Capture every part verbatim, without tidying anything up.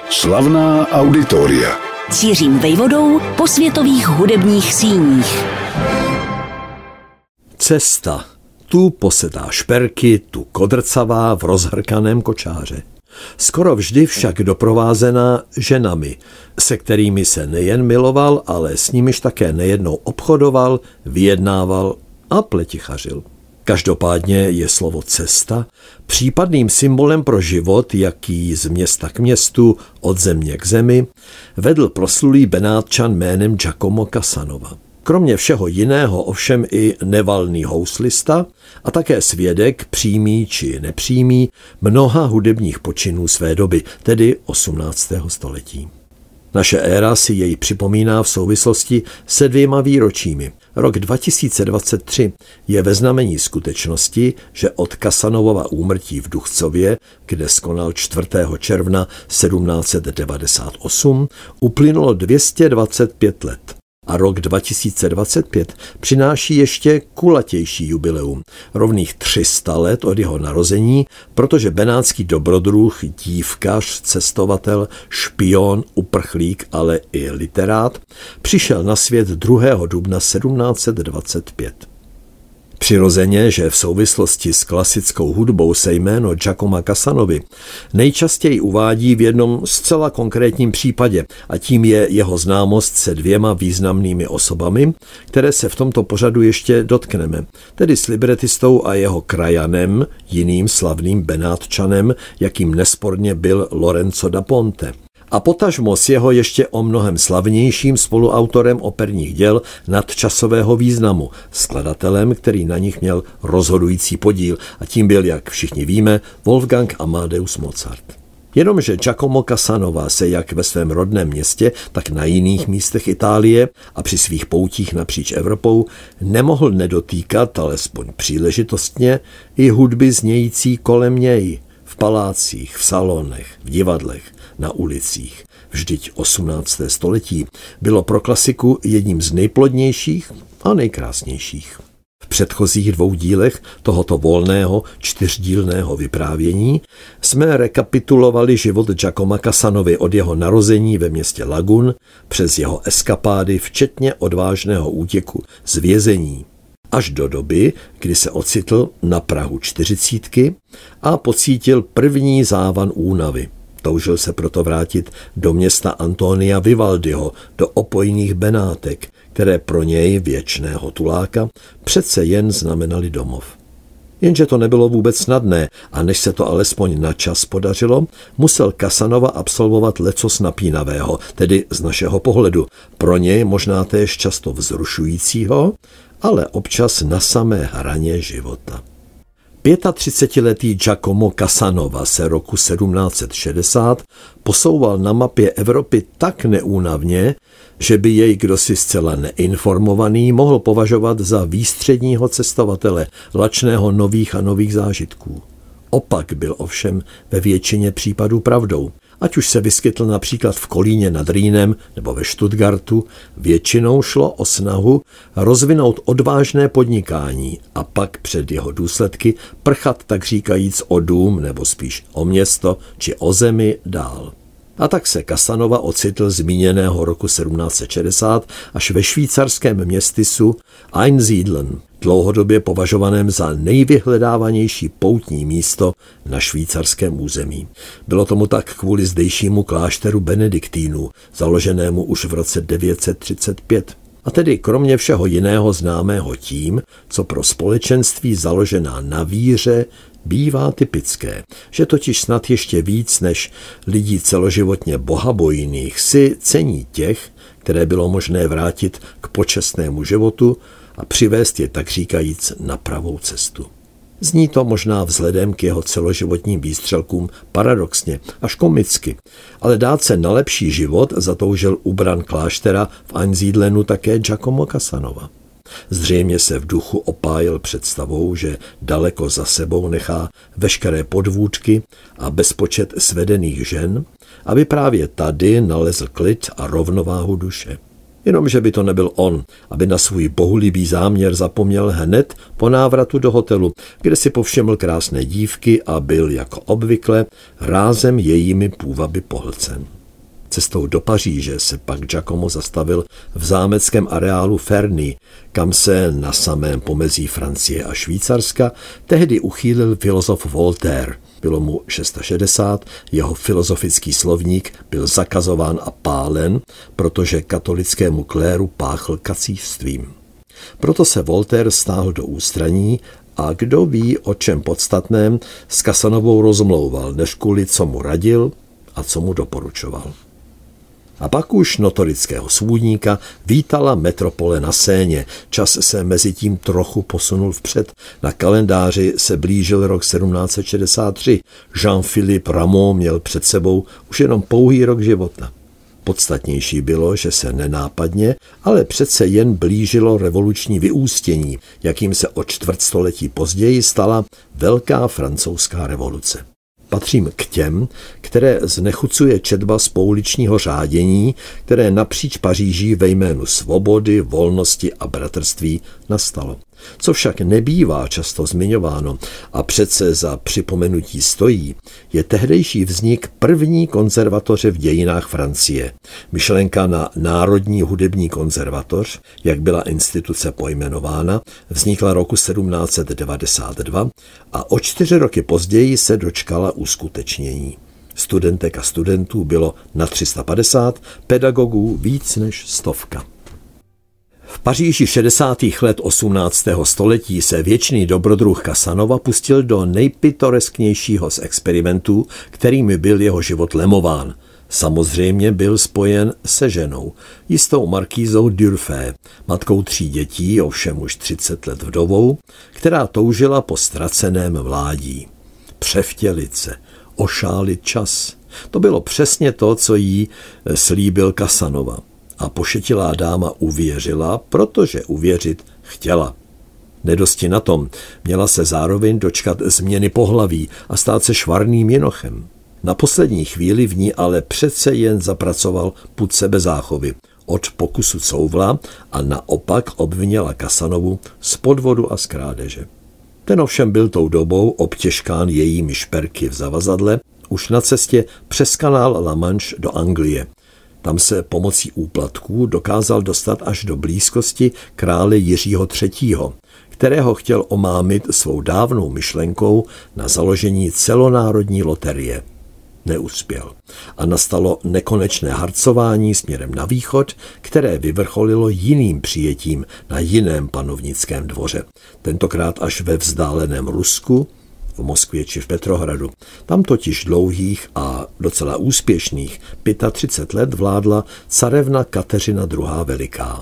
Slavná auditoria. Cířím vejvodou po světových hudebních síních. Cesta. Tu posedá šperky, tu kodrcavá v rozhrkaném kočáře. Skoro vždy však doprovázená ženami, se kterými se nejen miloval, ale s nimiž také nejednou obchodoval, vyjednával a pletichařil. Každopádně je slovo cesta případným symbolem pro život, jaký z města k městu, od země k zemi, vedl proslulý Benátčan jménem Giacomo Casanova. Kromě všeho jiného ovšem i nevalný houslista a také svědek, přímý či nepřímý, mnoha hudebních počinů své doby, tedy osmnáctého století. Naše éra si jej připomíná v souvislosti se dvěma výročími. Rok dva tisíce dvacet tři je ve znamení skutečnosti, že od Casanovova úmrtí v Duchcově, kde skonal čtvrtého června sedmnáct set devadesát osm, uplynulo dvě stě dvacet pět let. A rok dva tisíce dvacet pět přináší ještě kulatější jubileum, rovných tři sta let od jeho narození, protože benátský dobrodruh, dívkař, cestovatel, špion, uprchlík, ale i literát, přišel na svět druhého dubna sedmnáct set dvacet pět. Přirozeně, že v souvislosti s klasickou hudbou se jméno Giacoma Casanovi nejčastěji uvádí v jednom zcela konkrétním případě a tím je jeho známost se dvěma významnými osobami, které se v tomto pořadu ještě dotkneme, tedy s libretistou a jeho krajanem, jiným slavným Benátčanem, jakým nesporně byl Lorenzo da Ponte. A potažmo s jeho ještě o mnohem slavnějším spoluautorem operních děl nadčasového významu, skladatelem, který na nich měl rozhodující podíl, a tím byl, jak všichni víme, Wolfgang Amadeus Mozart. Jenomže Giacomo Casanova se jak ve svém rodném městě, tak na jiných místech Itálie a při svých poutích napříč Evropou nemohl nedotýkat, alespoň příležitostně, i hudby znějící kolem něj, v palácích, v salonech, v divadlech, na ulicích. Vždyť osmnácté století bylo pro klasiku jedním z nejplodnějších a nejkrásnějších. V předchozích dvou dílech tohoto volného čtyřdílného vyprávění jsme rekapitulovali život Giacoma Casanovy od jeho narození ve městě Lagun přes jeho eskapády, včetně odvážného útěku z vězení, až do doby, kdy se ocitl na prahu čtyřicítky a pocítil první závan únavy. Toužil se proto vrátit do města Antonia Vivaldiho, do opojných Benátek, které pro něj, věčného tuláka, přece jen znamenali domov. Jenže to nebylo vůbec snadné a než se to alespoň na čas podařilo, musel Casanova absolvovat lecos napínavého, tedy z našeho pohledu, pro něj možná též často vzrušujícího, ale občas na samé hraně života. třicetiletý Giacomo Casanova se roku sedmnáct set šedesát posouval na mapě Evropy tak neúnavně, že by jej kdosi zcela neinformovaný mohl považovat za výstředního cestovatele, lačného nových a nových zážitků. Opak byl ovšem ve většině případů pravdou. Ať už se vyskytl například v Kolíně nad Rýnem nebo ve Stuttgartu, většinou šlo o snahu rozvinout odvážné podnikání a pak před jeho důsledky prchat tak říkajíc o dům nebo spíš o město či o zemi dál. A tak se Casanova ocitl zmíněného roku sedmnáct set šedesát až ve švýcarském městysu Einsiedeln, dlouhodobě považovaném za nejvyhledávanější poutní místo na švýcarském území. Bylo tomu tak kvůli zdejšímu klášteru benediktínů, založenému už v roce devět set třicet pět. A tedy kromě všeho jiného známého tím, co pro společenství založená na víře bývá typické, že totiž snad ještě víc než lidí celoživotně bohabojných si cení těch, které bylo možné vrátit k počestnému životu a přivést je tak říkajíc na pravou cestu. Zní to možná vzhledem k jeho celoživotním výstřelkům paradoxně, až komicky, ale dát se na lepší život zatoužil u bran kláštera v Einsiedelnu také Giacomo Casanova. Zřejmě se v duchu opájil představou, že daleko za sebou nechá veškeré podvůdky a bezpočet svedených žen, aby právě tady nalezl klid a rovnováhu duše. Jenomže by to nebyl on, aby na svůj bohulibý záměr zapomněl hned po návratu do hotelu, kde si povšiml krásné dívky a byl jako obvykle rázem jejími půvaby pohlcen. Cestou do Paříže se pak Giacomo zastavil v zámeckém areálu Ferny, kam se na samém pomezí Francie a Švýcarska tehdy uchýlil filozof Voltaire. Bylo mu šedesát šest, jeho filozofický slovník byl zakazován a pálen, protože katolickému kléru páchl kacířstvím. Proto se Voltaire stáhl do ústraní a kdo ví, o čem podstatném s Casanovou rozmlouval, než kvůli co mu radil a co mu doporučoval. A pak už notorického svůdníka vítala metropole na Séně. Čas se mezi tím trochu posunul vpřed. Na kalendáři se blížil rok sedmnáct set šedesát tři. Jean-Philippe Rameau měl před sebou už jenom pouhý rok života. Podstatnější bylo, že se nenápadně, ale přece jen blížilo revoluční vyústění, jakým se o čtvrtstoletí později stala Velká francouzská revoluce. Patřím k těm, které znechucuje četba z pouličního řádění, které napříč Paříží ve jménu svobody, volnosti a bratrství nastalo. Co však nebývá často zmiňováno a přece za připomenutí stojí, je tehdejší vznik první konzervatoře v dějinách Francie. Myšlenka na Národní hudební konzervatoř, jak byla instituce pojmenována, vznikla roku sedmnáct set devadesát dva a o čtyři roky později se dočkala uskutečnění. Studentek a studentů bylo na tři sta padesát, pedagogů víc než stovka. V Paříži šedesátých let osmnáctého století se věčný dobrodruh Casanova pustil do nejpitoresknějšího z experimentů, kterými byl jeho život lemován. Samozřejmě byl spojen se ženou, jistou markýzou D'Urfé, matkou tří dětí, ovšem už třicet let vdovou, která toužila po ztraceném mládí. Převtělit se, ošálit čas. To bylo přesně to, co jí slíbil Casanova. A pošetilá dáma uvěřila, protože uvěřit chtěla. Nedosti na tom, měla se zároveň dočkat změny pohlaví a stát se švarným jinochem. Na poslední chvíli v ní ale přece jen zapracoval pud sebezáchovy. Od pokusu couvla a naopak obvinila Casanovu z podvodu a z krádeže. Ten ovšem byl tou dobou obtěžkán jejími šperky v zavazadle, už na cestě přes kanál La Manche do Anglie. Tam se pomocí úplatků dokázal dostat až do blízkosti krále Jiřího třetího, kterého chtěl omámit svou dávnou myšlenkou na založení celonárodní loterie. Neuspěl a nastalo nekonečné harcování směrem na východ, které vyvrcholilo jiným přijetím na jiném panovnickém dvoře, tentokrát až ve vzdáleném Rusku, v Moskvě či v Petrohradu. Tam totiž dlouhých a docela úspěšných třicet pět let vládla carevna Kateřina druhá. Veliká.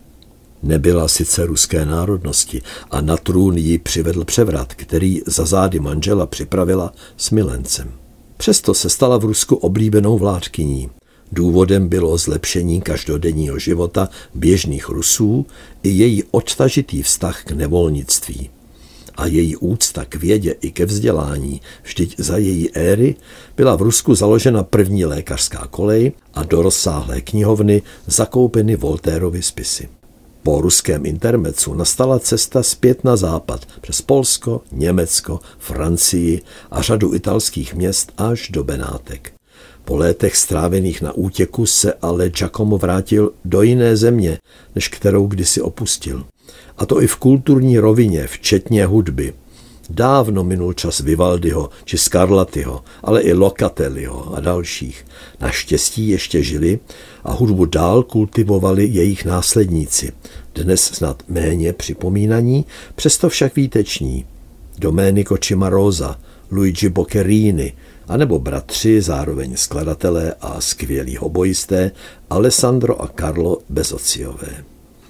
Nebyla sice ruské národnosti a na trůn ji přivedl převrat, který za zády manžela připravila s milencem. Přesto se stala v Rusku oblíbenou vládkyní. Důvodem bylo zlepšení každodenního života běžných Rusů i její odtažitý vztah k nevolnictví. A její úcta k vědě i ke vzdělání, vždyť za její éry byla v Rusku založena první lékařská kolej a do rozsáhlé knihovny zakoupeny Voltairovy spisy. Po ruském intermezzu nastala cesta zpět na západ přes Polsko, Německo, Francii a řadu italských měst až do Benátek. Po létech strávených na útěku se ale Giacomo vrátil do jiné země, než kterou kdysi opustil. A to i v kulturní rovině, včetně hudby. Dávno minul čas Vivaldiho či Scarlattiho, ale i Locatelliho a dalších. Naštěstí ještě žili a hudbu dál kultivovali jejich následníci. Dnes snad méně připomínaní, přesto však výteční. Domenico Cimarosa, Luigi Boccherini, anebo bratři, zároveň skladatelé a skvělí hobojisté Alessandro a Carlo Bezzocchiové.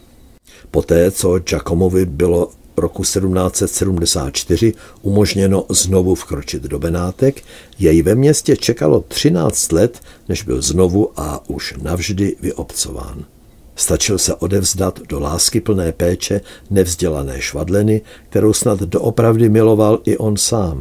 Poté, co Giacomovi bylo roku sedmnáct set sedmdesát čtyři umožněno znovu vkročit do Benátek, jej ve městě čekalo třináct let, než byl znovu a už navždy vyobcován. Stačil se odevzdat do láskyplné péče nevzdělané švadleny, kterou snad doopravdy miloval i on sám.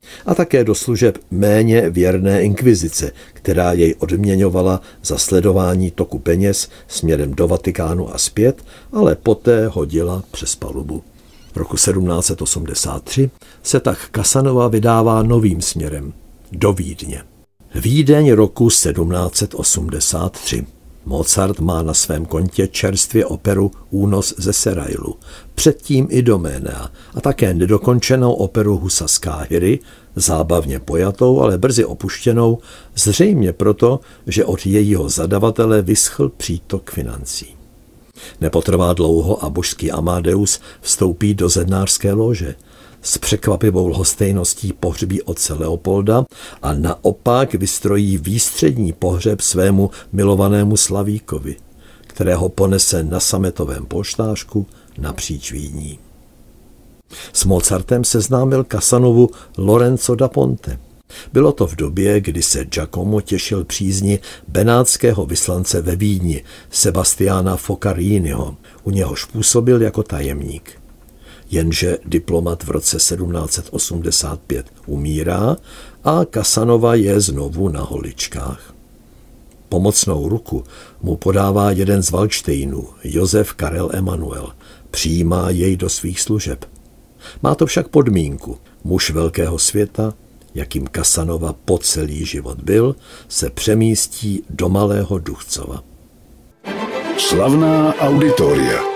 A také do služeb méně věrné inkvizice, která jej odměňovala za sledování toku peněz směrem do Vatikánu a zpět, ale poté hodila přes palubu. V roku sedmnáct set osmdesát tři se tak Casanova vydává novým směrem, do Vídně. Vídeň roku sedmnáct set osmdesát tři. Mozart má na svém kontě čerstvě operu Únos ze Serailu, předtím i Doménea a také nedokončenou operu Husa z Káhiry, zábavně pojatou, ale brzy opuštěnou, zřejmě proto, že od jejího zadavatele vyschl přítok financí. Nepotrvá dlouho a božský Amadeus vstoupí do zednářské lože. S překvapivou lhostejností pohřbí otce Leopolda a naopak vystrojí výstřední pohřeb svému milovanému Slavíkovi, kterého ponese na sametovém polštářku napříč Vídní. S Mozartem seznámil Casanovu Lorenzo da Ponte. Bylo to v době, kdy se Giacomo těšil přízni benátského vyslance ve Vídni, Sebastiana Foccariniho, u něhož působil jako tajemník. Jenže diplomat v roce sedmnáct set osmdesát pět umírá a Casanova je znovu na holičkách. Pomocnou ruku mu podává jeden z Valdštejnů, Josef Karel Emanuel, přijímá jej do svých služeb. Má to však podmínku. Muž velkého světa, jakým Casanova po celý život byl, se přemístí do Malého Duchcova. Slavná auditoria.